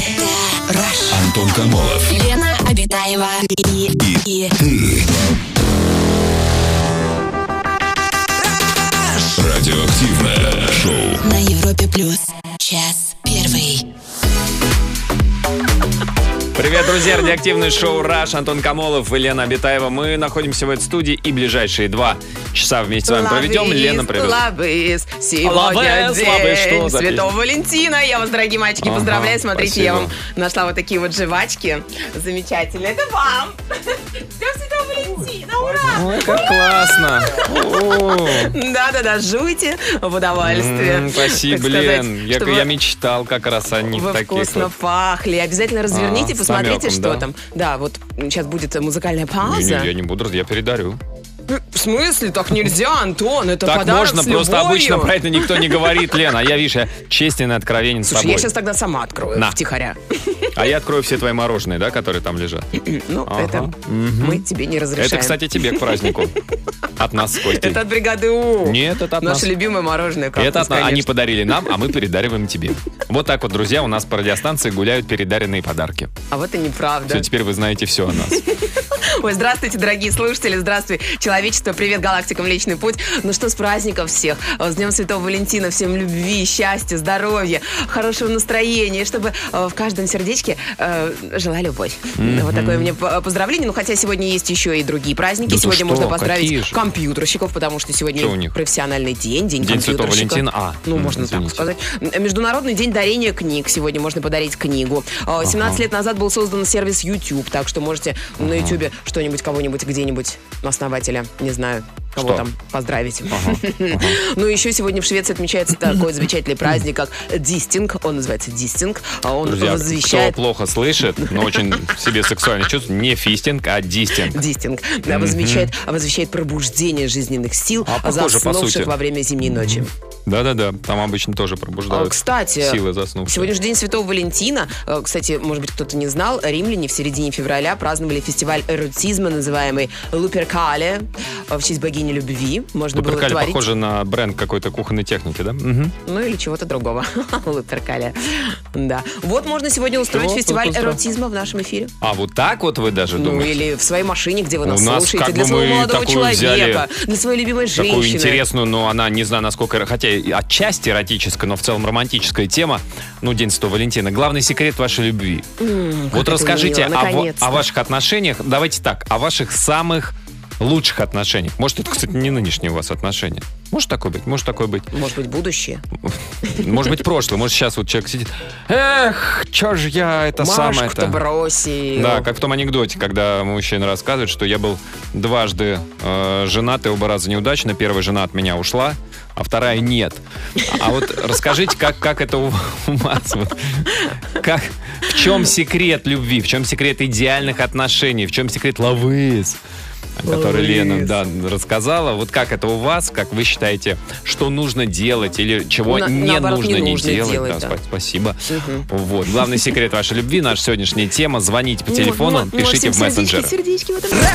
Это Rush. Антон Камолов. Лена Обитаева. И ты. Радиоактивное шоу на Европе Плюс. Час первый. Привет, друзья! Радиоактивное шоу «Раш». Антон Камолов и Лена Обитаева. Мы находимся в этой студии и ближайшие 2 часа вместе с вами проведем. Лена, привет. Лавис. Сегодня день что за Святого Валентина. Я вас, дорогие мальчики, поздравляю. Смотрите, спасибо. я вам нашла вот такие вот жвачки. Замечательно. Это вам. Всем Святого Валентина. Ура! Ой, как классно! Да-да-да, жуйте в удовольствие. Спасибо, Так сказать, Лен. чтобы Я мечтал как раз о них вы таких. вкусно пахли. Обязательно разверните, с посмотрите, намеком, что да? там. Да, вот сейчас будет музыкальная пауза. Я не буду, я передарю. В смысле? Так нельзя, Антон. Это Так подарок можно, с просто любовью. обычно про это никто не говорит, Лена. А я, видишь, я честен и откровенен с Слушай, тобой. я сейчас тогда сама открою На. втихаря. А я открою все твои мороженые, да, которые там лежат. Ну, Ага. это мы тебе не разрешаем. Это, кстати, тебе к празднику. От нас с Костей. Это от бригады У. Нет, это от нас. Наше любимое мороженое. Это кактус, они конечно. подарили нам, а мы передариваем тебе. Вот так вот, друзья, у нас по радиостанции гуляют передаренные подарки. А вот и неправда. Все, теперь вы знаете все о нас. Ой, здравствуйте, дорогие слушатели, здравствуй, человечество, привет, галактика, Млечный Путь. Ну что, с праздником всех, с Днем Святого Валентина, всем любви, счастья, здоровья, хорошего настроения, чтобы в каждом сердечке жила любовь. Вот такое мне поздравление. Ну, хотя сегодня есть еще и другие праздники. Да ты Сегодня что, можно какие поздравить же? компьютерщиков, потому что сегодня Что у них? профессиональный день День Святого компьютерщика. Валентина. Ну, можно извините. так сказать. Международный день дарения книг. Сегодня можно подарить книгу. 17 лет назад был создан сервис YouTube, так что можете на YouTube что-нибудь, кого-нибудь, где-нибудь, основателя, не знаю, кого Что? там поздравить. Ну, еще сегодня в Швеции отмечается такой замечательный праздник, как Дистинг. Он называется Дистинг. Он Друзья, возвещает... кто плохо слышит, но очень себе сексуально чувствует, не фистинг, а дистинг. Дистинг. Да, возвещает пробуждение жизненных сил, А похоже, по сути. заснувших во время зимней ночи. Да-да-да, там обычно тоже пробуждают Кстати, силы заснувшие. сегодня же День Святого Валентина. Кстати, может быть, кто-то не знал, римляне в середине февраля праздновали фестиваль эротизма, называемый Луперкале, в честь богини любви. Можно было Луперкале творить... похоже на бренд какой-то кухонной техники, да? Мгм. Ну или чего-то другого. Луперкале. Да. Вот можно сегодня устроить Что? фестиваль Что? эротизма в нашем эфире. А вот так вот вы даже Ну думаете? или в своей машине, где вы нас У нас слушаете, как для бы своего мы молодого такую человека, взяли для своей любимой Такую женщины. интересную, но она, не знаю, насколько, хотя и отчасти эротическая, но в целом романтическая тема, ну, День Святого Валентина. Главный секрет вашей любви. Вот как это расскажите мило, наконец-то. о ваших отношениях, давайте так, о ваших самых лучших отношениях. Может, это, кстати, не нынешние у вас отношения. Может такое быть, может такое быть. Может быть, будущее. Может быть, прошлое. Может, сейчас вот человек сидит. Эх, чё ж я это самое-то. Машку-то бросил. Да, как в том анекдоте, когда мужчина рассказывает, что я был дважды женат и оба раза неудачно. Первая жена от меня ушла, а вторая нет. А вот расскажите, как это у вас? Вот, в чем секрет любви? В чем секрет идеальных отношений? В чем секрет лавыс? Который Лена рассказала. Вот как это у вас? Как вы считаете, что нужно делать или чего наоборот, нужно не нужно делать? да. Спасибо. Вот. Главный секрет вашей любви, наша сегодняшняя тема. Звоните по телефону, пишите в мессенджеры. Сердечки вот это.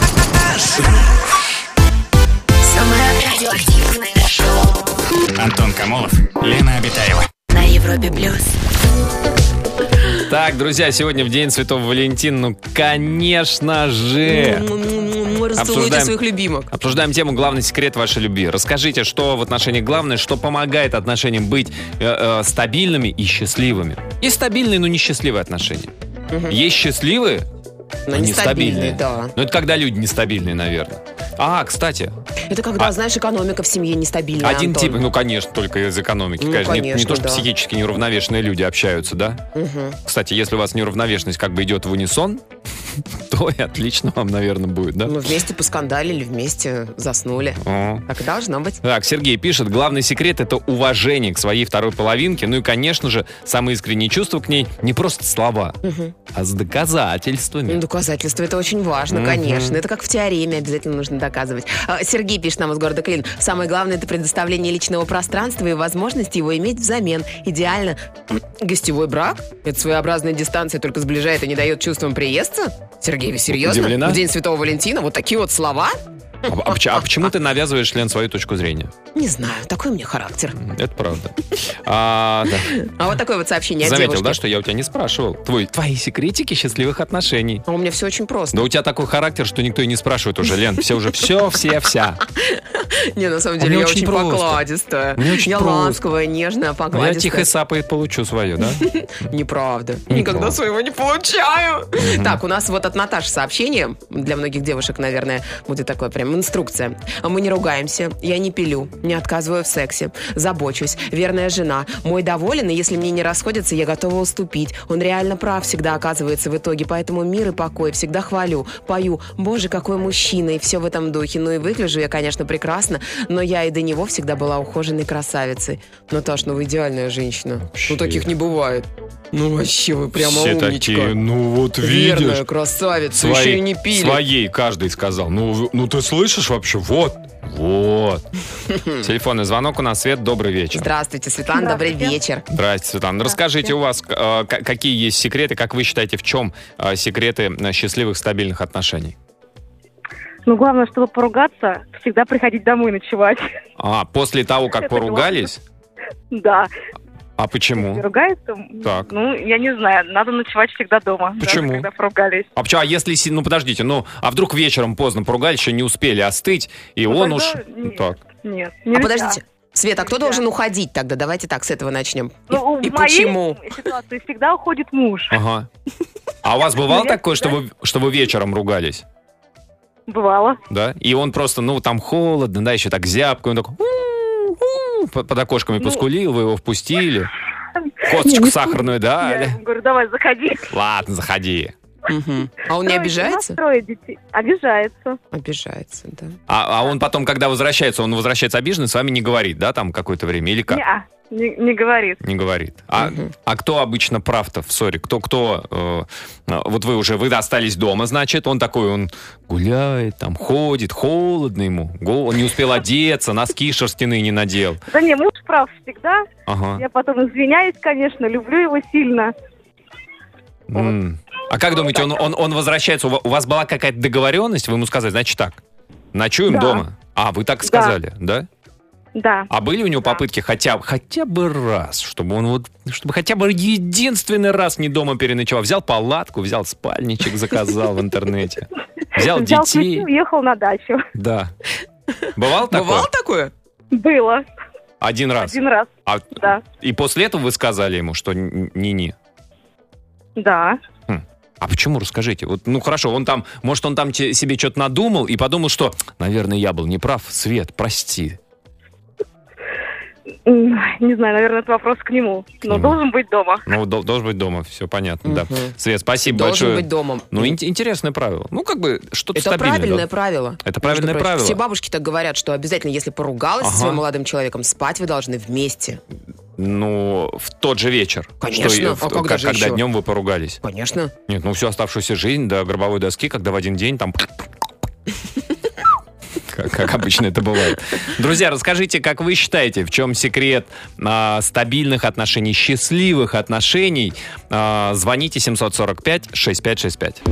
самое радиоактивное шоу Антон Камолов, Лена Обитаева. на Европе Плюс. Так, друзья, сегодня в День Святого Валентина, ну, конечно же, Расцелуйте своих любимок. обсуждаем тему «Главный секрет вашей любви». Расскажите, что в отношениях главное, что помогает отношениям быть стабильными и счастливыми. Есть стабильные, но несчастливые отношения. Есть счастливые, Но но нестабильные. да. Ну, это когда люди нестабильные, наверное. А, кстати, Это когда, знаешь, экономика в семье нестабильная, один Антон. тип, ну, конечно, только из экономики. Ну, конечно, не конечно, то, что да. психически неуравновешенные люди общаются, да? Кстати, если у вас неуравновешенность как бы идет в унисон, то и отлично вам, наверное, будет, да? Мы вместе поскандалили, вместе заснули. О. Так и должно быть. Так, Сергей пишет, главный секрет — это уважение к своей второй половинке. Ну и, конечно же, самые искренние чувства к ней не просто слова, а с доказательствами. Ну, доказательства — это очень важно, конечно. Это как в теореме, обязательно нужно доказывать. Сергей пишет нам из города Клин. Самое главное — это предоставление личного пространства и возможности его иметь взамен. Идеально. Гостевой брак? Это своеобразная дистанция, только сближает и не дает чувствам приесться? Сергей, вы серьезно? Удивлена? В День Святого Валентина вот такие вот слова? А почему ты навязываешь, Лен, свою точку зрения? Не знаю, такой у меня характер. Это правда. Да. А вот такое вот сообщение от Заметил, девушки. да, что я у тебя не спрашивал? Твои секретики счастливых отношений. А у меня все очень просто. Да у тебя такой характер, что никто и не спрашивает уже, Лен. Все уже, вся. Не, на самом деле, я очень покладистая. Я ласковая, нежная, покладистая. Я тихо сапает, получу свое, да? Неправда. Никогда своего не получаю. Так, у нас вот от Наташи сообщение. Для многих девушек, наверное, будет такое прям инструкция. Мы не ругаемся, я не пилю, не отказываю в сексе, забочусь, верная жена. Мой доволен, и если мне не расходятся, я готова уступить. Он реально прав всегда оказывается в итоге, поэтому мир и покой всегда хвалю, пою. Боже, какой мужчина, и все в этом духе. Ну и выгляжу я, конечно, прекрасно, но я и до него всегда была ухоженной красавицей. Наташ, ну вы идеальная женщина. Вообще. Ну таких не бывает. Ну вообще вы прямо Все умничка. такие, ну вот Верная видишь. красавица, еще и не пили. Своей каждый сказал. Ну ты слышишь вообще? Вот. Телефонный звонок у нас. Свет, добрый вечер. Здравствуйте, Светлана, добрый вечер. Здравствуйте, Светлана. Расскажите, у вас какие есть секреты, как вы считаете, в чем секреты счастливых, стабильных отношений? Ну, главное, чтобы поругаться, всегда приходить домой ночевать. После того, как Это поругались? Да. А почему? Если ругаются, Так. ну, я не знаю, надо ночевать всегда дома. Почему? Даже когда поругались. А почему? А если... Ну, подождите, а вдруг вечером поздно поругались, еще не успели остыть, и Ну, он тогда уж... нет. Так. Нет, А нельзя. подождите, Света, а кто Нельзя. должен уходить тогда? Давайте так, с этого начнем. Ну, И в моей почему? ситуации всегда уходит муж. Ага. А у вас бывало Ну, я такое, что вы вечером ругались? Бывало. Да? И он просто, там холодно, да, еще так зябко, он такой... Под окошками поскулил, вы его впустили. Косточку Не, сахарную Я дали. ему говорю, давай, заходи. Ладно, заходи. Мгм. А он не обижается? Трое детей. Обижается. Обижается, да. А он потом, когда возвращается, обиженный, с вами не говорит, да, там какое-то время? Или как? Неа, не говорит. Не говорит. А кто обычно прав-то в ссоре? Кто? Вот вы остались дома, значит, он гуляет, там ходит, холодно ему, он не успел одеться, носки шерстяные не надел. Да не, муж прав всегда. Ага. Я потом извиняюсь, конечно, люблю его сильно. А как думаете, он возвращается? У вас была какая-то договоренность? Вы ему сказали, значит так, ночуем Да. дома? А, вы так сказали, да? Да. А были у него попытки хотя бы раз, чтобы хотя бы единственный раз не дома переночевал? Взял палатку, взял спальничек, заказал в интернете. Взял Взял детей. ключи, уехал на дачу. Да. Бывало такое? Бывало такое? Было. Один раз. Один раз, да. И после этого вы сказали ему, что не-не? Да. А почему, расскажите? Хорошо, может, он там себе что-то надумал и подумал, что, наверное, я был неправ. Свет, прости. Не знаю, наверное, это вопрос к нему. Но должен быть дома. Должен быть дома, все понятно, да. Мгм. Свет, спасибо Должен большое. быть дома. Интересное правило. Что-то Это стабильное. правильное да? правило. Это правильное Между прочим, правило. Все бабушки так говорят, что обязательно, если поругалась со своим молодым человеком, спать вы должны вместе. В тот же вечер. Конечно. А когда же когда еще? днем вы поругались. Конечно. Нет, всю оставшуюся жизнь до гробовой доски, когда в один день там... Как обычно это бывает. Друзья, расскажите, как вы считаете, в чем секрет стабильных отношений, счастливых отношений? Звоните 745-6565.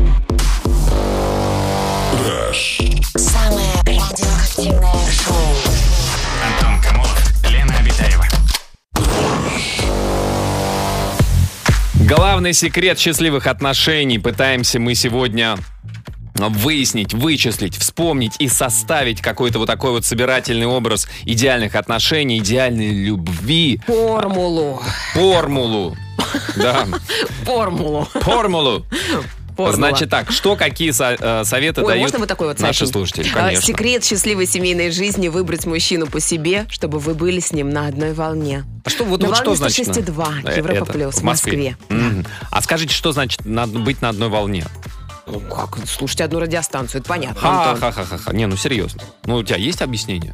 Самое радиоактивное шоу. Антон Камолов, Лена Обитаева. Главный секрет счастливых отношений пытаемся мы сегодня выяснить, вычислить, вспомнить и составить какой-то такой собирательный образ идеальных отношений, идеальной любви. Формулу. Да. Формулу. Значит так, какие советы дают можно вот такой наши сообщение? слушатели? Конечно. Секрет счастливой семейной жизни — выбрать мужчину по себе, чтобы вы были с ним на одной волне. А что, На волне что значит? 106,2 Европа Это, плюс в Москве. Мгм. А скажите, что значит быть на одной волне? Как? Слушайте одну радиостанцию, это понятно, Антон. Ха-ха-ха-ха. Не, серьезно. У тебя есть объяснение?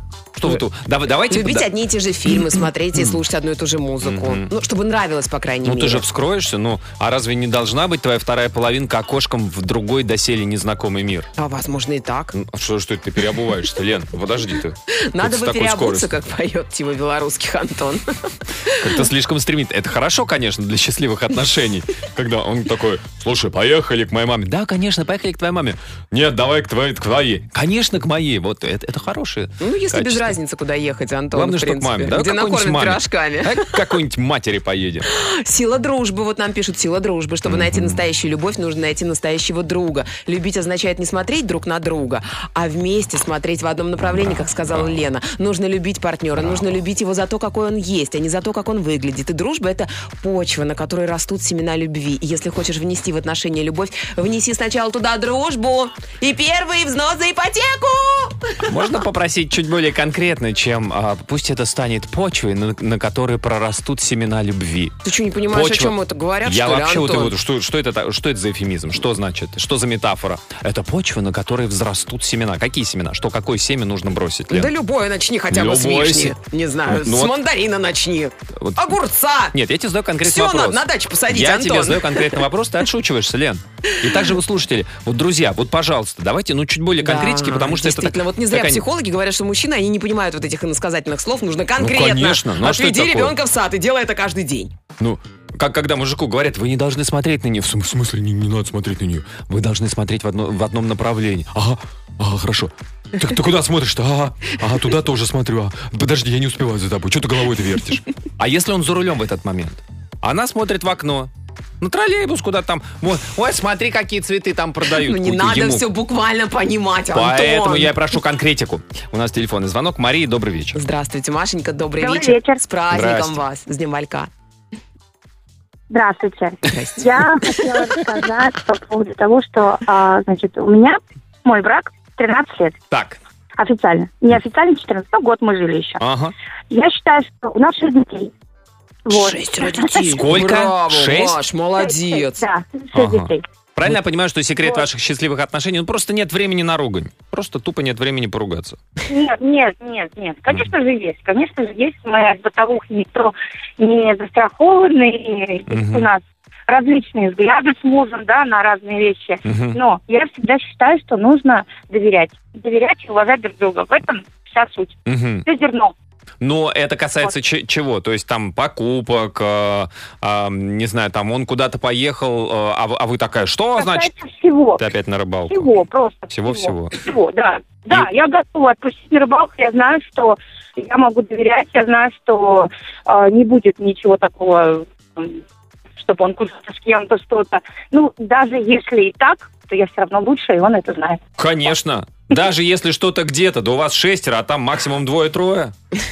что вот... Давайте... Любить одни и те же фильмы, смотреть и слушать одну и ту же музыку. Ну, чтобы нравилось, по крайней мере. Ну, ты же вскроешься, а разве не должна быть твоя вторая половинка окошком в другой доселе незнакомый мир? А возможно и так. Что это ты переобуваешься-то, Лен? Подожди ты. Надо бы переобуться, скоростью. как поет Тима Белорусских Антон. Как-то слишком стремительно. Это хорошо, конечно, для счастливых отношений. Когда он такой: слушай, поехали к моей маме. Да, конечно, поехали к твоей маме. Нет, давай к твоей. Конечно, к моей. Вот это хорошее. Ну, если без качество. разницы, куда ехать, Антон, Главное, в что к принципе. маме. Да, Где какой-нибудь накормят маме. пирожками. А к какой-нибудь матери поедем. Сила дружбы, вот нам пишут, сила дружбы. Чтобы найти настоящую любовь, нужно найти настоящего друга. Любить означает не смотреть друг на друга, а вместе смотреть в одном направлении, как сказала Лена. Нужно любить партнера, нужно любить его за то, какой он есть, а не за то, как он выглядит. И дружба — это почва, на которой растут семена любви. И если хочешь внести в отношения любовь, внеси сначала туда дружбу и первый взнос за ипотеку. Можно попросить чуть более конкретно, чем пусть это станет почвой, на которой прорастут семена любви. Ты что, не понимаешь, Почва. о чем это говорят, Я что ли, вообще Антон? что это за эфемизм? Что значит? Что за метафора? Это почва, на которой взрастут семена. Какие семена? Какое семя нужно бросить, Лен? Да любое начни, хотя бы с Любое вишни. Не знаю, с мандарина начни. Огурца. Нет, я тебе задаю конкретный Все вопрос. надо на даче посадить, Я Антон. тебе задаю конкретный вопрос, ты отшучиваешься, Лен. И также вы слушатели. Вот, друзья, вот, пожалуйста, давайте, чуть более конкретики, потому что это... Действительно, вот не зря такая- психологи говорят, что мужчины, они не понимают вот этих иносказательных слов, нужно конкретно. конечно. А что Отведи это такое? ребенка в сад и делай это каждый день. Как когда мужику говорят, вы не должны смотреть на нее. В смысле не надо смотреть на нее? Вы должны смотреть в одном направлении. Ага, хорошо. Ты куда смотришь-то? Ага, туда тоже смотрю. Подожди, я не успеваю за тобой. Что ты головой-то вертишь? А если он за рулем в этот момент? Она смотрит в окно. На троллейбус куда-то там. Ой, смотри, какие цветы там продают. Не Какой-то надо ему. все буквально понимать, Антон. Поэтому я прошу конкретику. У нас телефонный звонок. Мария, добрый вечер. Здравствуйте, Машенька, добрый Добрый вечер. вечер. С праздником Здрасте. вас, с Днем Валька. Здравствуйте. Я хотела рассказать по поводу того, что, у меня мой брак 13 лет. Так. Официально. Неофициально 14, год мы жили еще. Ага. Я считаю, что у нас 6 детей. Вот. 6 детей. Сколько? Браво, 6? Маш, молодец. Да, 6 Ага. детей. Правильно я понимаю, что секрет ваших счастливых отношений, просто нет времени на ругань. Просто тупо нет времени поругаться. Нет. Конечно же есть. Мы от бытовых никто не застрахованы. И у нас различные взгляды с мужем, да, на разные вещи. Но я всегда считаю, что нужно доверять. Доверять и уважать друг друга. В этом вся суть. Все зерно. Но это касается чего? То есть там покупок, не знаю, там он куда-то поехал, а вы такая, что значит? Касается всего. Ты опять на рыбалку. Всего, просто. Всего. Всего, да. Да, я готова отпустить на рыбалку. Я знаю, что я могу доверять. Я знаю, что не будет ничего такого, чтобы он куда-то с кем-то что-то. Даже если и так, то я все равно лучше, и он это знает. Конечно. Даже если что-то где-то, да у вас 6, а там максимум 2-3.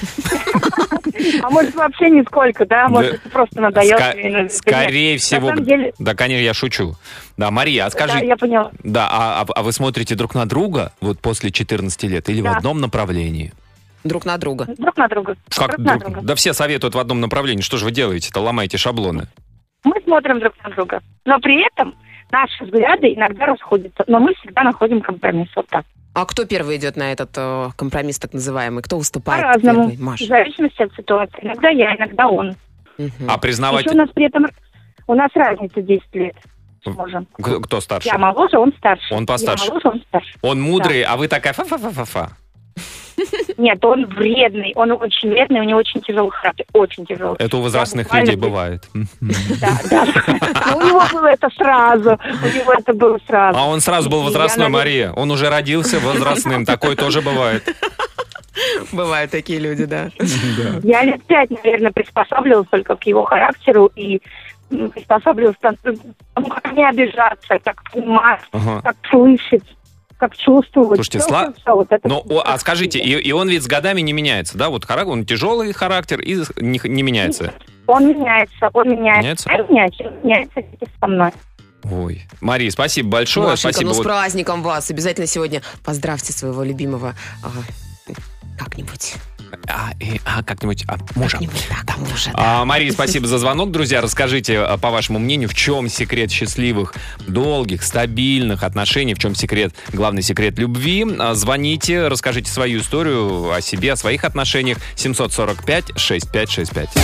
А может, вообще нисколько, да? Может, это просто надоело. Скорее всего. На самом деле... Да, конечно, я шучу. Да, Мария, скажи... Да, я поняла. Да, а вы смотрите друг на друга вот после 14 лет или в одном направлении? Друг на друга. Друг на друга. Как Друг на друга. Да все советуют в одном направлении. Что же вы делаете-то? Ломаете шаблоны. Мы смотрим друг на друга. Но при этом наши взгляды иногда расходятся. Но мы всегда находим компромисс. Вот так. А кто первый идет на этот компромисс так называемый? Кто выступает По-разному. первый? Маша. В зависимости от ситуации. Иногда я, иногда он. А признавать... Еще у нас при этом... У нас разница 10 лет с мужем. Кто старше? Я моложе, он старше. Он постарше. Я моложе, он старше. Он мудрый, а вы такая фа-фа-фа-фа-фа. Нет, он вредный. Он очень вредный, у него очень тяжелый характер. Очень тяжелый. Это у возрастных буквально людей бывает. Да. Но у него было это сразу. А он сразу был возрастной, Мария. Он уже родился возрастным. Такое тоже бывает. Бывают такие люди, да. Я лет 5, наверное, приспосабливалась только к его характеру и приспосабливалась к тому, как не обижаться, как понимать, как слышать, как чувствовать. Слушайте, а скажите, и он ведь с годами не меняется, да? Вот характер, он тяжелый характер и не меняется. Он меняется. Меняется? Меняется со мной. Ой, Мария, спасибо большое. Машенька, Спасибо. с праздником вас. Обязательно сегодня поздравьте своего любимого как-нибудь. Как-нибудь мужа. Так, мужа, да. Мария, спасибо за звонок. Друзья, расскажите, по вашему мнению, в чем секрет счастливых, долгих, стабильных отношений, в чем секрет, главный секрет любви? Звоните, расскажите свою историю о себе, о своих отношениях. 745-6565.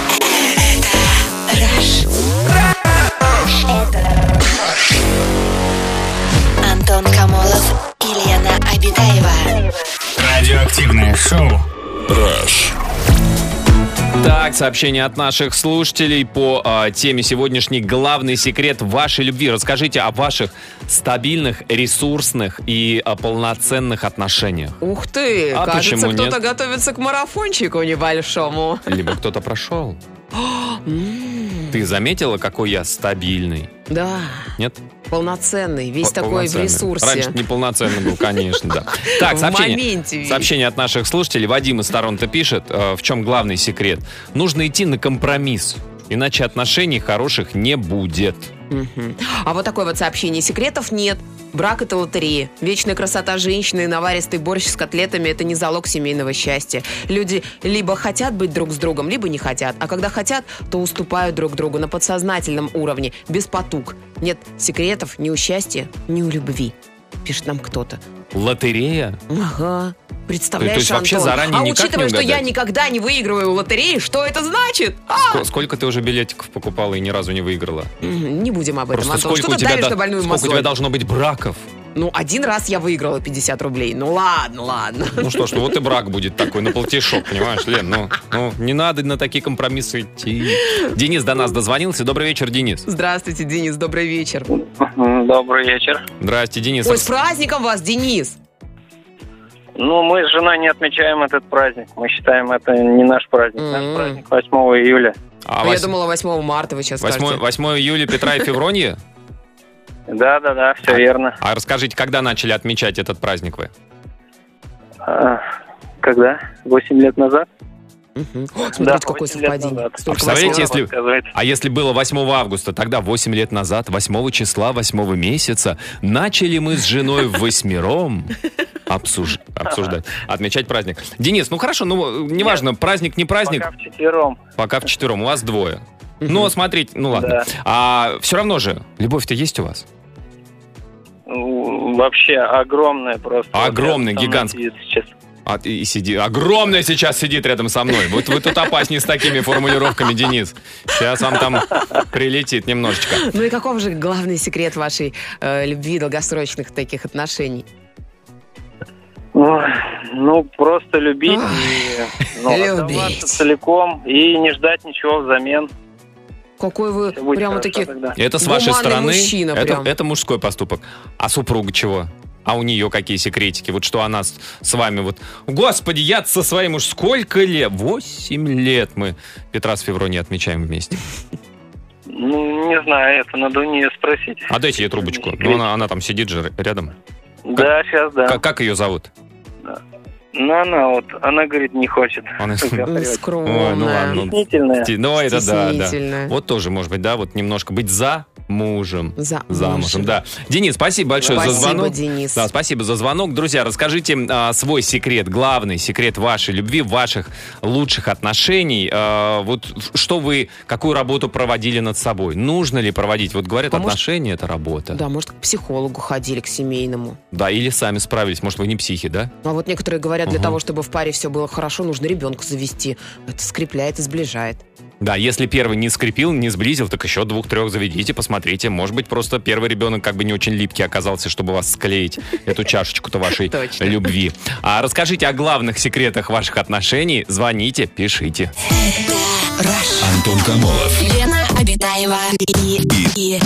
Антон Камолов и Лена Обитаева. Радиоактивное шоу. Так, сообщение от наших слушателей по теме сегодняшней. Главный секрет вашей любви. Расскажите о ваших стабильных, ресурсных и полноценных отношениях. Ух ты, А кажется, почему кто-то нет? готовится к марафончику небольшому. Либо кто-то прошел. Ты заметила, какой я стабильный? Да, Нет? полноценный, весь такой в Полноценный. ресурсе. Раньше неполноценный был, конечно, да. Так, В сообщение, моменте весь. сообщение от наших слушателей. Вадим из Торонто пишет, в чем главный секрет. Нужно идти на компромисс, иначе отношений хороших не будет. Мгм. А вот такое вот сообщение. Секретов нет. Брак — это лотерея. Вечная красота женщины и наваристый борщ с котлетами — это не залог семейного счастья. Люди либо хотят быть друг с другом, либо не хотят. А когда хотят, то уступают друг другу на подсознательном уровне, без потуг. Нет секретов ни у счастья, ни у любви. Пишет нам кто-то. Лотерея? Ага. Представляешь, То есть вообще Антон? заранее А никак не учитывая, что я угадать? никогда не выигрываю в лотереи, что это значит? Сколько ты уже билетиков покупала и ни разу не выиграла? Не будем об этом, Просто Антон. Что ты давишь на больную сколько у мозоль? тебя должно быть браков? Ну, один раз я выиграла 50 рублей. Ну, ладно. Ну что ж, ну вот и брак будет такой, на полтишок, понимаешь, Лен? Ну, не надо на такие компромиссы идти. Денис до нас дозвонился. Добрый вечер, Денис. Здравствуйте, Денис, добрый вечер. Добрый вечер. Здрасте, Денис. Ой, с праздником вас, Денис! Ну, мы с женой не отмечаем этот праздник. Мы считаем, это не наш праздник. Наш праздник 8 июля. Я думала, 8 марта вы сейчас скажете. 8 июля Петра и Февронья? Да, все верно. А расскажите, когда начали отмечать этот праздник вы? Когда? 8 лет назад? О, смотрите, Да, какое 8 лет совпадение. назад. Столько Представляете, восьмого. если было 8 августа, тогда 8 лет назад, 8 числа, 8 месяца, начали мы с женой восьмером обсуждать, отмечать праздник. Денис, ну хорошо, ну неважно, праздник, не праздник. Пока вчетвером. Пока вчетвером, у вас двое. Ну, смотрите, ну ладно. Да. А все равно же, любовь-то есть у вас? Вообще огромная просто. Огромная, Вот рядом со гигантская. мной сидит сейчас. И сидит, огромная сейчас сидит рядом со мной. Вот вы тут опаснее с такими формулировками, Денис. Сейчас вам там прилетит немножечко. Ну и каков же главный секрет вашей любви, долгосрочных таких отношений? Ой, ну, просто любить и Любить. отдаваться целиком и не ждать ничего взамен. Какой вы Всё будет прямо хорошо таки тогда. Это с вашей гуманный стороны, мужчина прям. это мужской поступок. А супруга чего? А у нее какие секретики? Вот что она с вами вот... Господи, я со своим уж сколько лет? 8 лет мы Петра с Февронией отмечаем вместе. Ну, не знаю, это надо у нее спросить. А дайте ей трубочку. Ну, она там сидит же рядом. Да, сейчас, да. Как ее зовут? Ну, она говорит, не хочет. Она- Скромная. Ой, ну ладно. Стеснительная. Ну, это да. Стеснительная. Вот тоже, может быть, да, вот немножко быть за мужем. Замужем. Замужем, да. Денис, спасибо большое за Спасибо, звонок. Денис. Да, спасибо за звонок. Друзья, расскажите свой секрет, главный секрет вашей любви, ваших лучших отношений. Вот что вы, какую работу проводили над собой? Нужно ли проводить? Вот говорят, А может- отношения — это работа. Да, может, к психологу ходили, к семейному. Да, или сами справились. Может, вы не психи, да? А вот некоторые говорят, для Ага. того, чтобы в паре все было хорошо, нужно ребенка завести. Это скрепляет и сближает. Да, если первый не скрепил, не сблизил, так еще 2-3 заведите, посмотрите. Может быть, просто первый ребенок как бы не очень липкий оказался, чтобы вас склеить, эту чашечку-то вашей Точно. любви. А расскажите о главных секретах ваших отношений. Звоните, пишите. Антон Камолов. Лена Обитаева и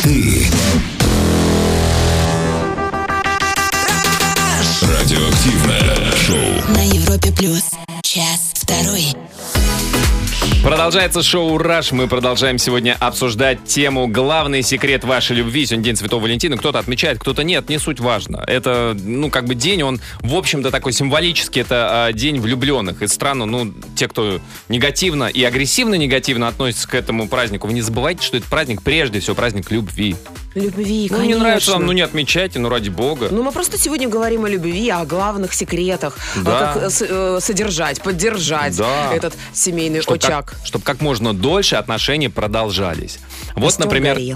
Радиоактивное шоу. на Европе плюс. Час второй. Продолжается шоу «Раш». Мы продолжаем сегодня обсуждать тему «Главный секрет вашей любви». Сегодня День Святого Валентина. Кто-то отмечает, кто-то нет. Не суть важно. Это, как бы день, он, в общем-то, такой символический. Это день влюбленных. И странно, те, кто негативно и агрессивно-негативно относятся к этому празднику, вы не забывайте, что это праздник, прежде всего, праздник любви. Любви, Ну, конечно. не нравится вам, ну не отмечайте, ну ради бога. Ну, мы просто сегодня говорим о любви, о главных секретах, Да. как содержать, поддержать Да. этот семейный Чтобы очаг. чтобы как можно дольше отношения продолжались. Вот, Костер например, горел.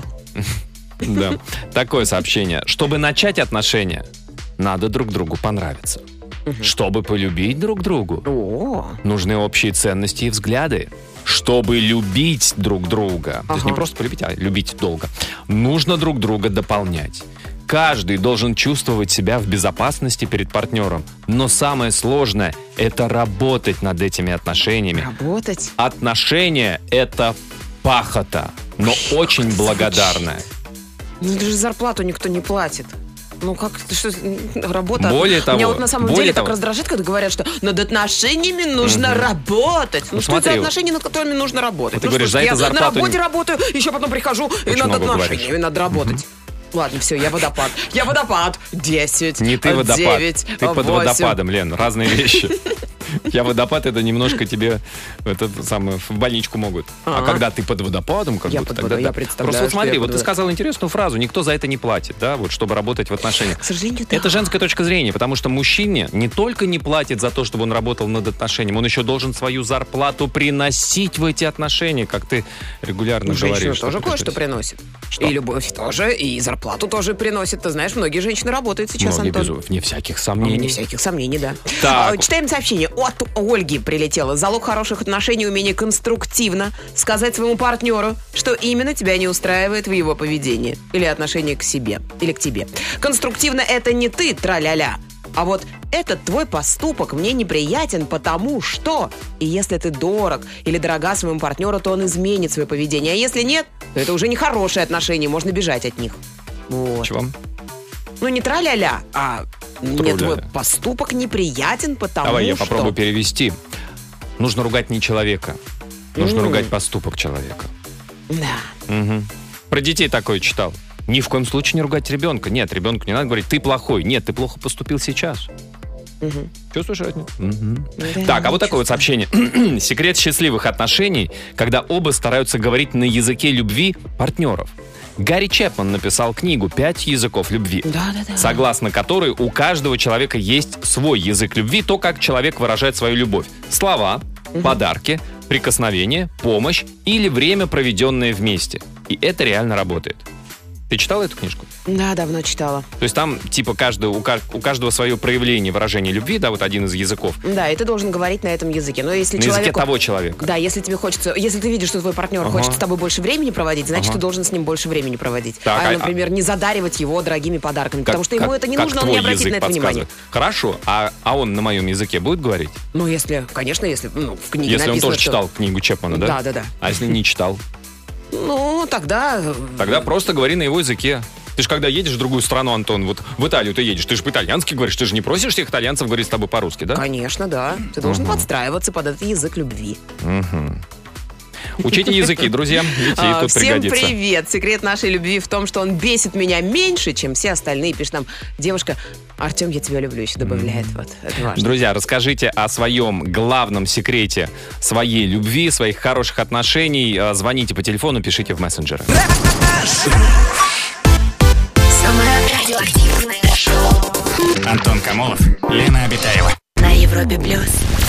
да, такое сообщение. Чтобы начать отношения, надо друг другу понравиться. Чтобы полюбить друг другу, О, нужны общие ценности и взгляды. Чтобы любить друг друга, то есть не просто полюбить, а любить долго, нужно друг друга дополнять. Каждый должен чувствовать себя в безопасности перед партнером. Но самое сложное – это работать над этими отношениями. работать. Отношения – это пахота, но очень благодарная. Ну, даже зарплату никто не платит. Ну, как, что, работа... Более того, Меня вот на самом более деле того. так раздражает, когда говорят, что над отношениями нужно работать. Ну, что это смотри, за отношения, над которыми нужно работать? вот ты Ну, говоришь, что ж, за это я зарплату на работе работаю, еще потом прихожу, и Очень над много отношениями говоришь. надо работать. Ладно, все, я водопад. Я водопад. 10, Не ты водопад, 9, ты под 8. водопадом, Лен, разные вещи. Я водопад, это немножко тебе в больничку могут. А Ага. когда ты под водопадом, как Я будто под тогда водой, я да. представляю, Просто вот что смотри, я вот под ты водой. сказал интересную фразу, никто за это не платит, да, вот чтобы работать в отношениях. К сожалению, да. Это женская точка зрения, потому что мужчине не только не платит за то, чтобы он работал над отношениями, он еще должен свою зарплату приносить в эти отношения, как ты регулярно Ну, женщина говоришь. тоже что ты кое-что приносишь. приносит. Что? И любовь тоже, и зарплату тоже приносит. Ты знаешь, многие женщины работают сейчас, Многие Антон. вне всяких Вне сомнений. всяких сомнений, да. Так. Читаем сообщение. От Ольги прилетело. Залог хороших отношений — умение конструктивно сказать своему партнеру, что именно тебя не устраивает в его поведении. Или отношении к себе. Или к тебе. Конструктивно — это не ты, тра-ля-ля. А вот этот твой поступок мне неприятен, потому что... И если ты дорог или дорога своему партнеру, то он изменит свое поведение. А если нет, то это уже не хорошие отношения, можно бежать от них. Вот. Чего? Ну, не тра-ля-ля, а мне Тру-ля-ля. твой поступок неприятен, потому Давай я что... попробую перевести. Нужно ругать не человека. Нужно ругать поступок человека. Да. Мгм. Про детей такое читал. Ни в коем случае не ругать ребенка. Нет, ребенку не надо говорить, ты плохой. Нет, ты плохо поступил сейчас. Чувствуешь разницу? Да, Так, а вот я такое вот сообщение. Секрет счастливых отношений, когда оба стараются говорить на языке любви партнеров. Гарри Чепман написал книгу «5 языков любви», Да-да-да. согласно которой у каждого человека есть свой язык любви, то, как человек выражает свою любовь. Слова, подарки, прикосновения, помощь или время, проведенное вместе. И это реально работает. Ты читал эту книжку? Да, давно читала. То есть там, типа, у каждого свое проявление выражения любви, да, вот один из языков. Да, и ты должен говорить на этом языке. Но если На языке человеку... того человека. Да, если тебе хочется... Если ты видишь, что твой партнер хочет с тобой больше времени проводить, значит, ты должен с ним больше времени проводить. Так, Например, не задаривать его дорогими подарками, потому что ему это не нужно, он не твой обратит язык на это внимание. подсказывает. Хорошо, а он на моем языке будет говорить? Ну, если, конечно, если в книге Если он написано, тоже что- читал книгу Чепмана, да? Да. А если не читал? Ну, тогда... Тогда просто говори на его языке. Ты же когда едешь в другую страну, Антон, вот в Италию ты едешь, ты же по-итальянски говоришь, ты же не просишь всех итальянцев говорить с тобой по-русски, да? Конечно, да. Ты должен подстраиваться под этот язык любви. Учите языки, друзья, видите, и тут Всем пригодится. привет! Секрет нашей любви в том, что он бесит меня меньше, чем все остальные. Пишет нам девушка: Артем, я тебя люблю, еще добавляет. Вот, это важно. Друзья, расскажите о своем главном секрете своей любви, своих хороших отношений. Звоните по телефону, пишите в мессенджеры. Самое радиоактивное шоу Антон Камолов, Лена Обитаева. на Европе плюс.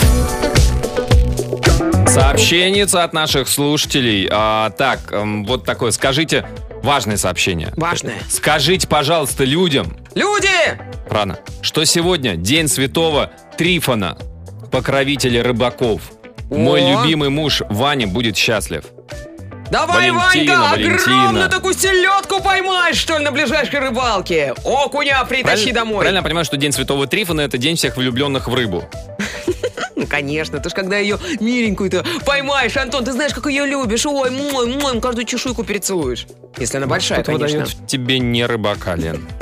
Сообщенница от наших слушателей. Вот такое. Скажите, важное сообщение. Важное. Скажите, пожалуйста, людям, Люди! рано, что сегодня день святого Трифона, покровителя рыбаков. Мой О! любимый муж Ваня будет счастлив. Давай, Валентина, Ванька, Валентина. огромную такую селедку поймаешь, что ли, на ближайшей рыбалке. Окуня притащи домой. Правильно я понимаю, что день святого Трифона — это день всех влюбленных в рыбу? Ну, конечно, ты ж когда ее миленькую-то поймаешь, Антон, ты знаешь, как ее любишь. Ой, каждую чешуйку перецелуешь. Если она большая, Кто-то конечно. выдает в тебе не рыбака, Лен.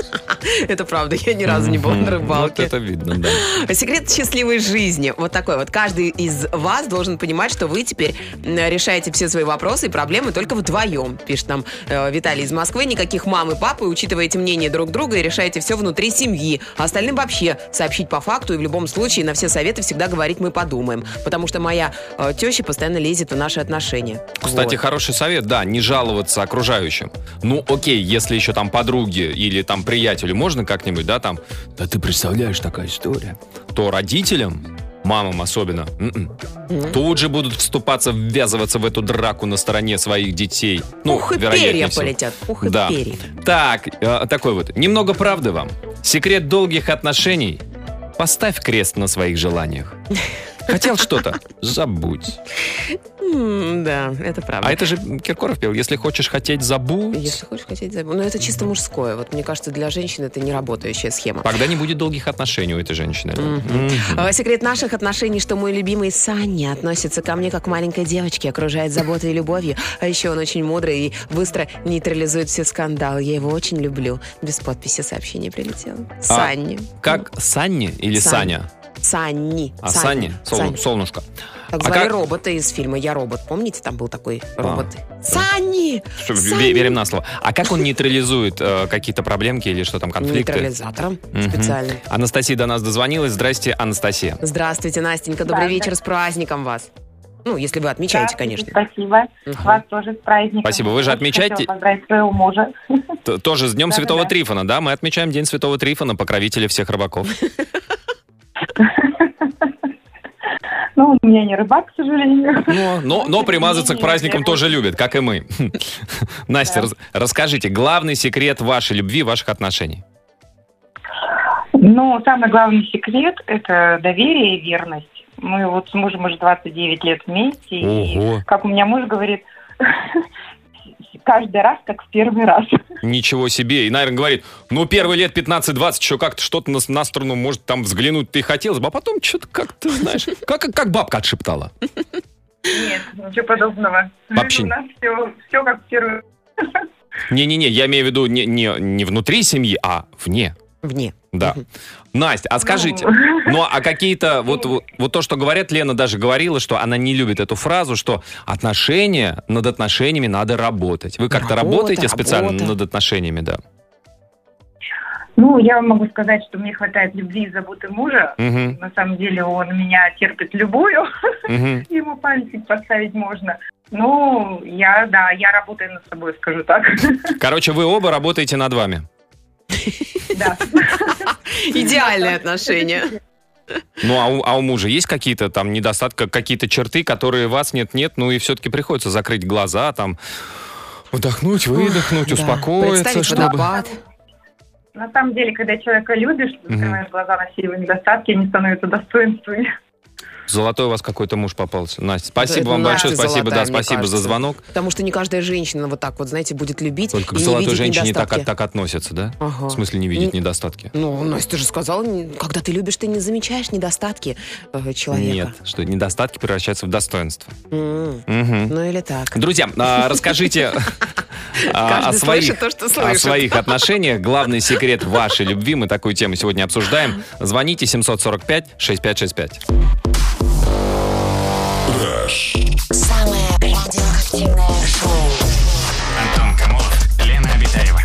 Это правда, я ни разу не была на Вот рыбалке. это видно, да. Секрет счастливой жизни. Вот такой вот. Каждый из вас должен понимать, что вы теперь решаете все свои вопросы и проблемы только вдвоем, пишет нам Виталий из Москвы. Никаких мам и папы, учитываете мнение друг друга и решаете все внутри семьи. А остальным вообще сообщить по факту и в любом случае на все советы всегда говорить мы подумаем. Потому что моя теща постоянно лезет в наши отношения. Кстати, Вот. хороший совет, да, не жаловаться окружающим. Ну, окей, если еще там подруги или там приятелю можно как-нибудь, да, там, да ты представляешь, такая история, то родителям, мамам особенно, тут же будут ввязываться в эту драку на стороне своих детей. Ну, Ух, и вероятнее перья всего. полетят. Ух, и Да. перья. Так, такой вот, немного правды вам. Секрет долгих отношений – поставь крест на своих желаниях. Хотел что-то – забудь. Да, это правда. А это же Киркоров пел, если хочешь хотеть, забудь. Если хочешь хотеть забыть. Но это чисто мужское. Вот мне кажется, для женщин это не работающая схема. Тогда не будет долгих отношений у этой женщины. Секрет наших отношений, что мой любимый Саня относится ко мне как к маленькой девочке, окружает заботой и любовью. А еще он очень мудрый и быстро нейтрализует все скандалы. Я его очень люблю. Без подписи сообщение прилетело. Санни. Как Санни или Саня. Саня? Санни. А Санни? Санни. Солнышко. Так А звали как- робота из фильма «Я робот». Помните, там был такой робот? Санни! Что, Санни! верим на слово. А как он нейтрализует какие-то проблемки или что там, конфликты? Нейтрализатором Мгм. специальным. Анастасия до нас дозвонилась. Здрасте, Анастасия. Здравствуйте, Настенька. Добрый вечер, с праздником вас. Ну, если вы отмечаете, конечно. Спасибо. Вас тоже с праздником. Спасибо. Вы же Очень отмечаете- хотела поздравить своего мужа. Тоже с Днем Да-да-да. Святого Трифона, да? Мы отмечаем День Святого Трифона, покровителя всех рыбаков. Ну, у меня не рыбак, к сожалению. Но примазаться к праздникам тоже любят, как и мы. Настя, расскажите, главный секрет вашей любви, ваших отношений? Ну, самый главный секрет – это доверие и верность. Мы вот с мужем уже 29 лет вместе. Ого. И, как у меня муж говорит, каждый раз как в первый раз. Ничего себе. И, наверное, говорит, ну, первые лет 15-20 еще как-то что-то на сторону, может, там взглянуть ты хотелось бы, а потом что-то как-то, знаешь, как бабка отшептала. Нет, ничего подобного. Вообще. У нас все как в первый раз. Не-не-не, я имею в виду не внутри семьи, а вне. Вне. Да. Настя, а скажите, ну а какие-то, вот то, что говорят, Лена даже говорила, что она не любит эту фразу, что над отношениями надо работать. Вы как-то Работа, работаете специально работа. над отношениями, да? Ну, я вам могу сказать, что мне хватает любви и заботы мужа. Мгм, На самом деле он меня терпит любую. мгм. Ему пальчик поставить можно. Ну, я работаю над собой, скажу так. Короче, вы оба работаете над вами. Да. Идеальные отношения. Ну, а у мужа есть какие-то там недостатки, какие-то черты, которые вас нет-нет, ну и все-таки приходится закрыть глаза, там, вдохнуть, выдохнуть, Да. успокоиться, Представить чтобы... водопад. На самом деле, когда человека любишь, закрываешь глаза на все его недостатки, они становятся достоинствами. Золотой у вас какой-то муж попался. Настя, спасибо Это вам Настя большое, спасибо, золотая, да, мне спасибо за кажется. звонок. Потому что не каждая женщина вот так вот, знаете, будет любить Только к и не золотой видеть женщине недостатки. так относятся, да? Ага. В смысле не видеть недостатки? Ну, Настя же сказала, когда ты любишь, ты не замечаешь недостатки человека. Нет, что недостатки превращаются в достоинство. Мгм. Ну или так. Друзья, расскажите о Каждый слышит то, что о слышит. своих отношениях. Главный секрет вашей любви. Мы такую тему сегодня обсуждаем. Звоните 745-6565. Самое радиоактивное шоу. Антон Камолов, Лена Обитаева.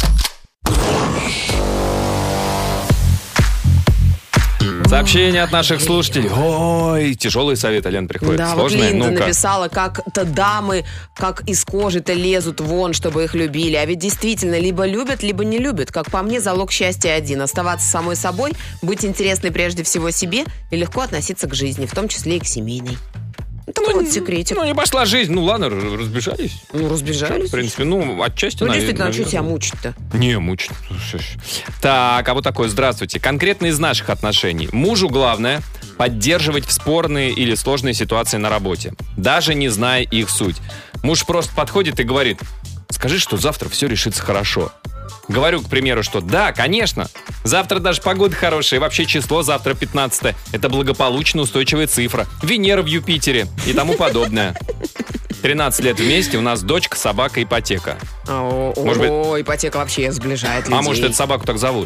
Сообщение от наших слушателей. Ой, тяжелые советы, Лен, приходят. Да, вот Сложные? Линда Ну-ка. написала, как-то дамы, как из кожи-то лезут вон, чтобы их любили. А ведь действительно, либо любят, либо не любят. Как по мне, залог счастья один. Оставаться самой собой, быть интересной прежде всего себе и легко относиться к жизни, в том числе и к семейной. Такой вот секретик. Ну, не пошла жизнь. Ну, ладно, разбежались. Ну, разбежались. В принципе, ну, отчасти, Ну, действительно, а что наверное. тебя мучить-то? Не, мучит. Так, а вот такое, здравствуйте. Конкретно из наших отношений. Мужу главное поддерживать в спорные или сложные ситуации на работе, даже не зная их суть. Муж просто подходит и говорит: скажи, что завтра все решится хорошо. Говорю, к примеру, что да, конечно, завтра даже погода хорошая, и вообще число завтра 15. Это благополучно устойчивая цифра. Венера в Юпитере и тому подобное. 13 лет вместе, у нас дочка, собака, ипотека. Может быть- Ипотека вообще сближает людей. А может, эту собаку так зовут?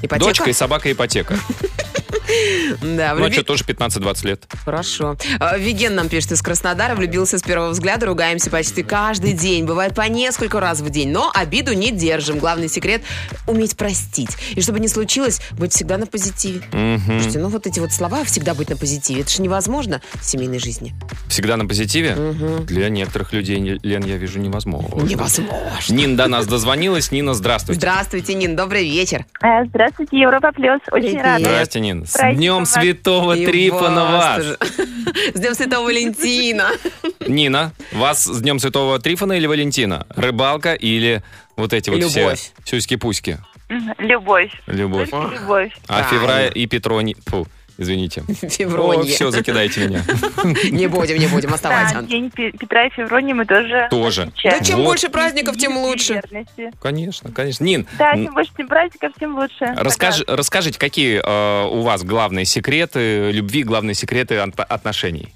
Ипотека? Дочка и собака ипотека. Да, Ну, а что, тоже 15-20 лет. Хорошо. Виген нам пишет из Краснодара. Влюбился с первого взгляда, ругаемся почти каждый день. Бывает по несколько раз в день. Но обиду не держим. Главный секрет — уметь простить. И чтобы не случилось, быть всегда на позитиве. Слушайте, ну вот эти вот слова «всегда быть на позитиве» — это же невозможно в семейной жизни. Всегда на позитиве? Для некоторых людей, Лен, я вижу, невозможно. Невозможно. Нина до нас дозвонилась. Нина, здравствуйте. Здравствуйте, Нин, добрый вечер. Здравствуйте, Европа Плюс. Очень Привет. рада. Здрасте, Нина. С Праздником Днем вас. Святого И Трифона вас! тоже. С Днем Святого Валентина. Нина, вас с Днем Святого Трифона или Валентина? Рыбалка или вот эти вот все Любовь. сюськи-пуськи? Любовь. Любовь. Только любовь. А Правильно. Февраль и Петроний... Фу, извините. Февронье. Все, закидайте меня. Не будем, оставайся. Да, День Петра и Февронии мы тоже Тоже. отмечаем. Да чем Вот. больше праздников, тем лучше. Верности. Конечно, конечно. Нин, Да, чем больше тем праздников, тем лучше. расскажите, какие у вас главные секреты любви, главные секреты отношений?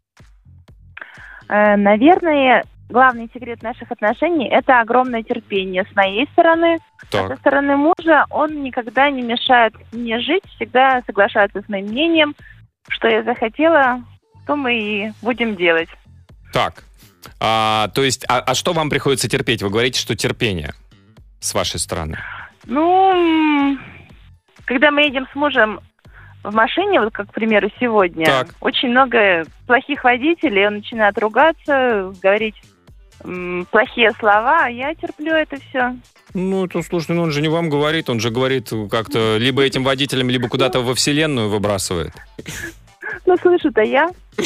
Наверное, главный секрет наших отношений – это огромное терпение с моей стороны. А со Так, стороны мужа он никогда не мешает мне жить, всегда соглашается с моим мнением. Что я захотела, то мы и будем делать. так. То есть, что вам приходится терпеть? Вы говорите, что терпение с вашей стороны. Ну, когда мы едем с мужем в машине, вот как, к примеру, сегодня, Так. очень много плохих водителей, он начинает ругаться, говорить плохие слова, а я терплю это все. Ну, это, слушайте, он же не вам говорит, он же говорит как-то либо этим водителям, либо куда-то во вселенную выбрасывает. Ну, слышу-то я.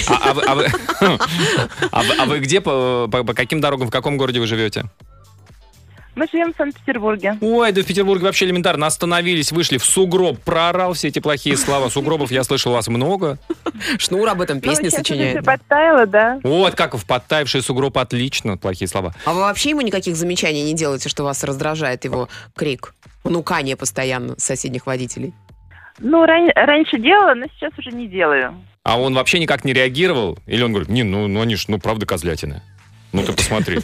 А вы где, по каким дорогам, в каком городе вы живете? Мы живем в Санкт-Петербурге. Ой, да в Петербурге вообще элементарно. Остановились, вышли в сугроб, проорал все эти плохие слова. Сугробов, я слышал, у вас много. Шнур об этом песни Ну, сейчас сочиняет. уже подтаяло, да. Вот, как в подтаявший сугроб, отлично, плохие слова. А вы вообще ему никаких замечаний не делаете, что вас раздражает его крик? Понукание постоянно соседних водителей. Ну, раньше делала, но сейчас уже не делаю. А он вообще никак не реагировал? Или он говорит, ну они ж, правда козлятины. Ну ты посмотри.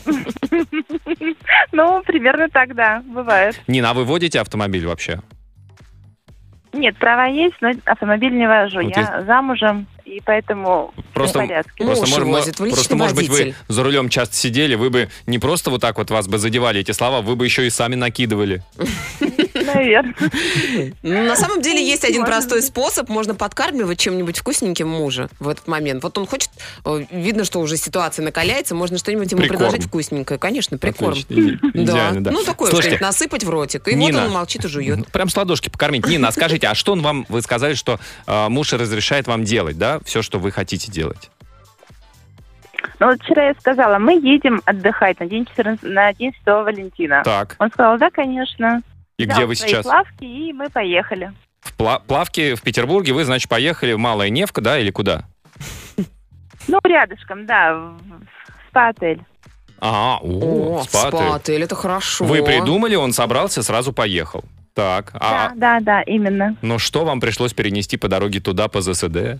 Ну, примерно так, да, бывает. Нина, а вы водите автомобиль вообще? Нет, права есть, но автомобиль не вожу. Вот Я замужем, и поэтому Просто, в порядке. Муж возит, вы личный может быть, вы водитель. за рулем часто сидели, вы бы не просто вот так вот вас бы задевали эти слова, вы бы еще и сами накидывали. Наверное. Ну, на самом деле есть один Может простой быть. способ. Можно подкармливать чем-нибудь вкусненьким мужа в этот момент. Вот он хочет, видно, что уже ситуация накаляется, можно что-нибудь ему Прикорм. предложить вкусненькое. Конечно, прикорм. Отлично, идеально, да. Ну, такое Слушайте, что-нибудь насыпать в ротик. И Нина, вот он молчит и жует. Прям с ладошки покормить. Нина, а скажите, а что он вам, вы сказали, что муж разрешает вам делать, да? Все, что вы хотите делать. Ну, вот вчера я сказала, мы едем отдыхать на День Святого Валентина. Так, Он сказал, да, конечно. и Взял где вы свои сейчас? плавки, и мы поехали. В Плавки в Петербурге, вы, значит, поехали в Малая Невка, да, или куда? Ну, рядышком, да, в спа-отель. О, спа-отель. спа-отель, это хорошо. Вы придумали, он собрался, сразу поехал. Так, Да, именно. но что вам пришлось перенести по дороге туда, по ЗСД?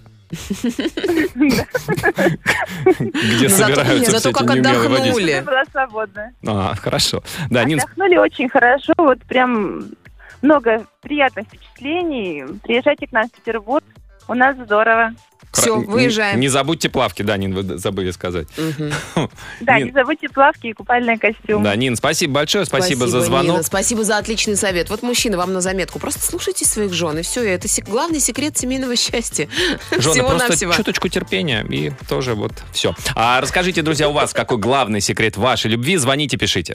Где собираются все зато эти как неумелые отдохнули. водители? Я была свободна. Хорошо. Да, Нин, Отдохнули очень хорошо, вот прям много приятных впечатлений. Приезжайте к нам в Петербург, у нас здорово. Все, выезжаем. Не забудьте плавки, да, Нин, вы забыли сказать. Мгм. Да, Нин. не забудьте плавки и купальный костюм. Да, Нин, спасибо большое, спасибо за звонок. Нина, спасибо за отличный совет. Вот, мужчина, вам на заметку. Просто слушайте своих жен, и все. Это главный секрет семейного счастья. Жены, просто Всего-навсего. чуточку терпения, и тоже вот все. А расскажите, друзья, у вас какой главный секрет вашей любви? Звоните, пишите.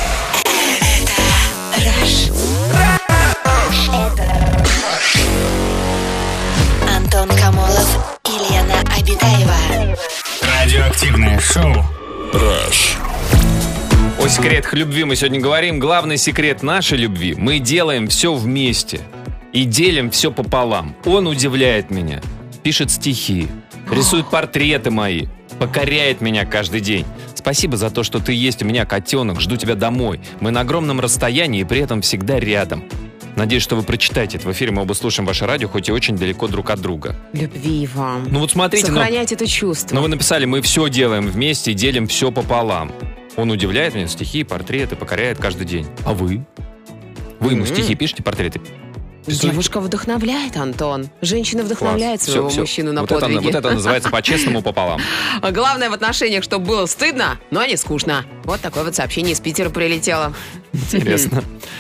Антон Камолов и Лена Обитаева. Радиоактивное шоу. О секретах любви мы сегодня говорим. Главный секрет нашей любви — мы делаем все вместе и делим все пополам. Он удивляет меня, пишет стихи, рисует портреты мои, покоряет меня каждый день. Спасибо за то, что ты есть у меня, котенок, жду тебя домой. Мы на огромном расстоянии и при этом всегда рядом. Надеюсь, что вы прочитаете это в эфире. Мы оба слушаем ваше радио, хоть и очень далеко друг от друга. Любви вам. Ну вот смотрите, Сохранять это чувство. но вы написали, мы все делаем вместе и делим все пополам. Он удивляет меня, стихи, портреты, покоряет каждый день. А вы? Вы ему стихи пишете, портреты? Девушка вдохновляет, Антон. Женщина вдохновляет Класс. своего Всё. мужчину на Вот подвиги. вот это называется по-честному пополам. Главное в отношениях, чтобы было стыдно, но не скучно. Вот такое вот сообщение из Питера прилетело. Интересно.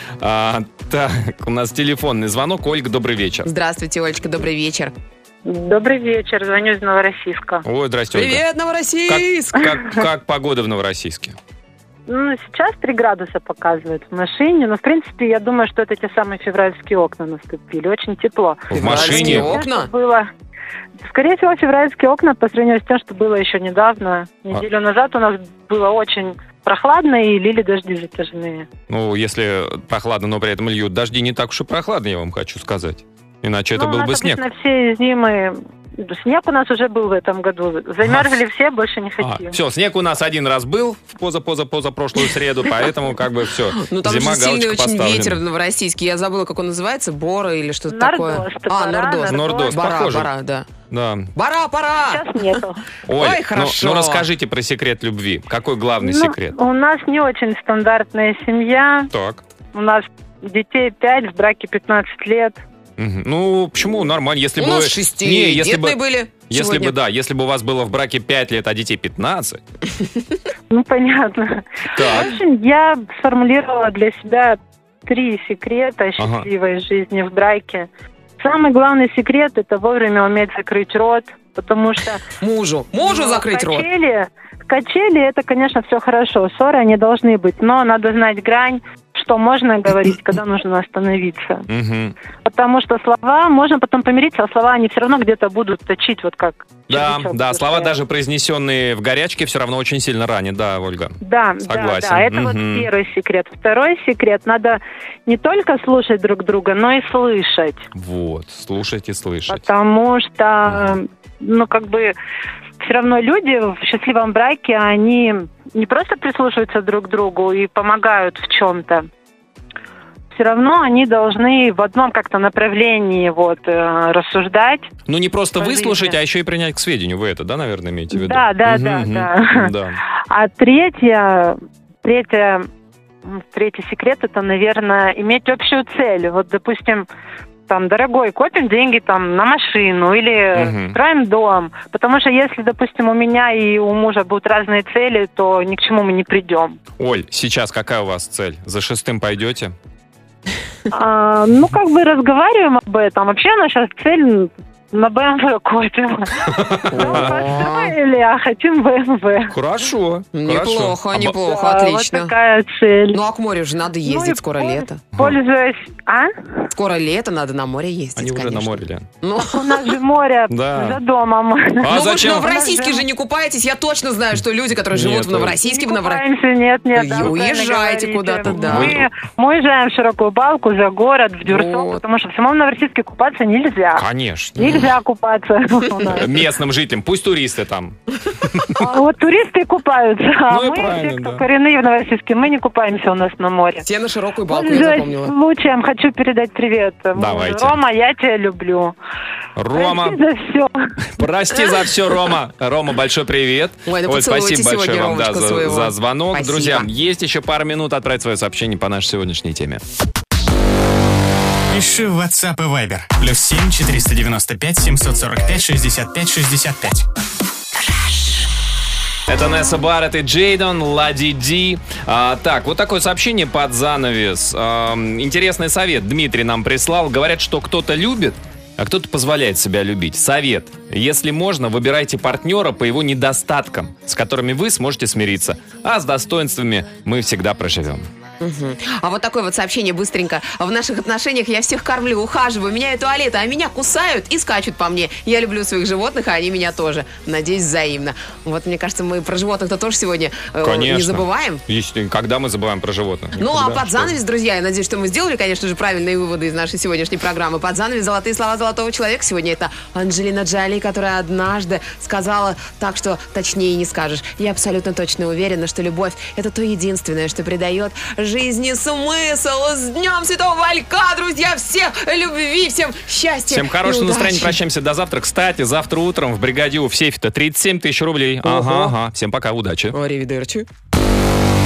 Так, у нас телефонный звонок. Ольга, добрый вечер. Здравствуйте, Олечка, добрый вечер. Добрый вечер, звоню из Новороссийска. Ой, здрасте, Ольга. Привет, Новороссийск! Как погода в Новороссийске? Ну, сейчас 3 градуса показывает в машине, но, в принципе, я думаю, что это те самые февральские окна наступили. Очень тепло. В машине? Окна? Было... Скорее всего, февральские окна по сравнению с тем, что было еще недавно. Неделю назад у нас было очень прохладно и лили дожди затяжные. Ну, если прохладно, но при этом льют дожди, не так уж и прохладно, я вам хочу сказать. Иначе это был бы снег. У нас все зимы... Снег у нас уже был в этом году. Замерзли все, больше не хотим. Все, снег у нас один раз был в позапрошлую среду, поэтому как бы все. Ну, там Зима, же сильный галочка очень поставлена. ветер в Новороссийске. Я забыла, как он называется. Бора или что-то такое. Нордост. Нордост, Бара, похоже. бара, да. Да. Пора! Сейчас нету. Оль, Ой, хорошо. Ну расскажите про секрет любви. Какой главный секрет? У нас не очень стандартная семья. Так. У нас детей 5, в браке 15 лет. Мгм. Ну, почему? Нормально. Если У бы... нас 6 Не, если детные бы... были Если сегодня. если бы у вас было в браке 5 лет, а детей 15. Ну, понятно. Так. В общем, я сформулировала для себя 3 секрета счастливой жизни в браке. Самый главный секрет – это вовремя уметь закрыть рот, потому что... Мужу закрыть рот. Качели – это, конечно, все хорошо. Ссоры, они должны быть, но надо знать грань, что можно говорить, когда нужно остановиться. Мгм. Потому что слова, можно потом помириться, а слова, они все равно где-то будут точить, вот как... Да, червячок да, в слова, душе. даже произнесенные в горячке, все равно очень сильно ранят, да, Ольга. Да, Согласен. да, это вот Мгм. первый секрет. Второй секрет – надо не только слушать друг друга, но и слышать. Вот, слушать и слышать. Потому что, ну, как бы, все равно люди в счастливом браке, они не просто прислушиваются друг к другу и помогают в чем-то. Все равно они должны в одном как-то направлении рассуждать. Ну, не просто по выслушать, жизни. а еще и принять к сведению. Вы это, да, наверное, имеете в виду? Да, да, Мгм, да, мгм. да. Да. А третий секрет – это, наверное, иметь общую цель. Вот, допустим, там, дорогой, копим деньги там на машину или Мгм. строим дом. Потому что если, допустим, у меня и у мужа будут разные цели, то ни к чему мы не придем. Оль, сейчас какая у вас цель? За 6 пойдете? Ну, как бы разговариваем об этом. Вообще наша цель на БМВ копим. Построили, а хотим БМВ. Хорошо. Неплохо, хорошо. неплохо, Да, отлично. Вот такая цель. Ну, а к морю же надо ездить, Ну и скоро лето. Пользуясь... А? Скоро лето, надо на море ездить, Они уже конечно. на море, Лен. Ну, У нас же море Да. за домом. А ну вы зачем? в Новороссийске же не купаетесь. Я точно знаю, что люди, которые живут Нет, в Новороссийске, Не купаемся, нет, И да, вы правильно уезжайте говорите. куда-то, да. Мы уезжаем в Широкую Балку, за город, в Дюрсо, Вот. потому что в самом Новороссийске купаться нельзя. Конечно. Нельзя купаться у нас. Местным жителям, пусть туристы там. А вот туристы купаются, а Ну и мы, правильно, те, кто да. коренные в Новороссийске, мы не купаемся у нас на море. все на широкую балку, я Пользуясь запомнила. случаем, хочу передать привет. Давайте. Рома, я тебя люблю. Рома, Прости за все. прости за все, Рома. Рома, большой привет. Ой, да Оль, поцелуйте спасибо большое сегодня вам, да, Ромочку своего. за звонок. Спасибо. Друзья, есть еще пару минут отправить свое сообщение по нашей сегодняшней теме. Пиши в WhatsApp и Viber. +7 495 745 65 65. Это Несса Барретт и Джейдон, Лади Ди. Так, вот такое сообщение под занавес. Интересный совет Дмитрий нам прислал. Говорят, что кто-то любит, а кто-то позволяет себя любить. Совет. Если можно, выбирайте партнера по его недостаткам, с которыми вы сможете смириться. А с достоинствами мы всегда проживем. Мгм. А вот такое вот сообщение быстренько. В наших отношениях я всех кормлю, ухаживаю, меняю туалеты, а меня кусают и скачут по мне. Я люблю своих животных, а они меня тоже. Надеюсь, взаимно. Вот, мне кажется, мы про животных-то тоже сегодня Конечно. не забываем. Если, когда мы забываем про животных? Ну, а Никогда, под что занавес, друзья, я надеюсь, что мы сделали, конечно же, правильные выводы из нашей сегодняшней программы. Под занавес «Золотые слова золотого человека». Сегодня это Анджелина Джоли, которая однажды сказала так, что точнее не скажешь. Я абсолютно точно уверена, что любовь – это то единственное, что придает жизни смысл. С Днем Святого Валька, друзья! Всех любви, всем счастья Всем хорошего и настроения. удачи. Прощаемся до завтра. Кстати, завтра утром в бригаде в сейфе-то 37 тысяч рублей. Ого. Ага. Всем пока, удачи. Аривидерчи.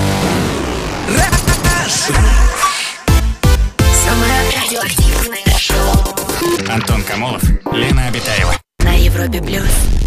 Самое радиоактивное шоу. Камолов, Лена Обитаева. На Европе плюс.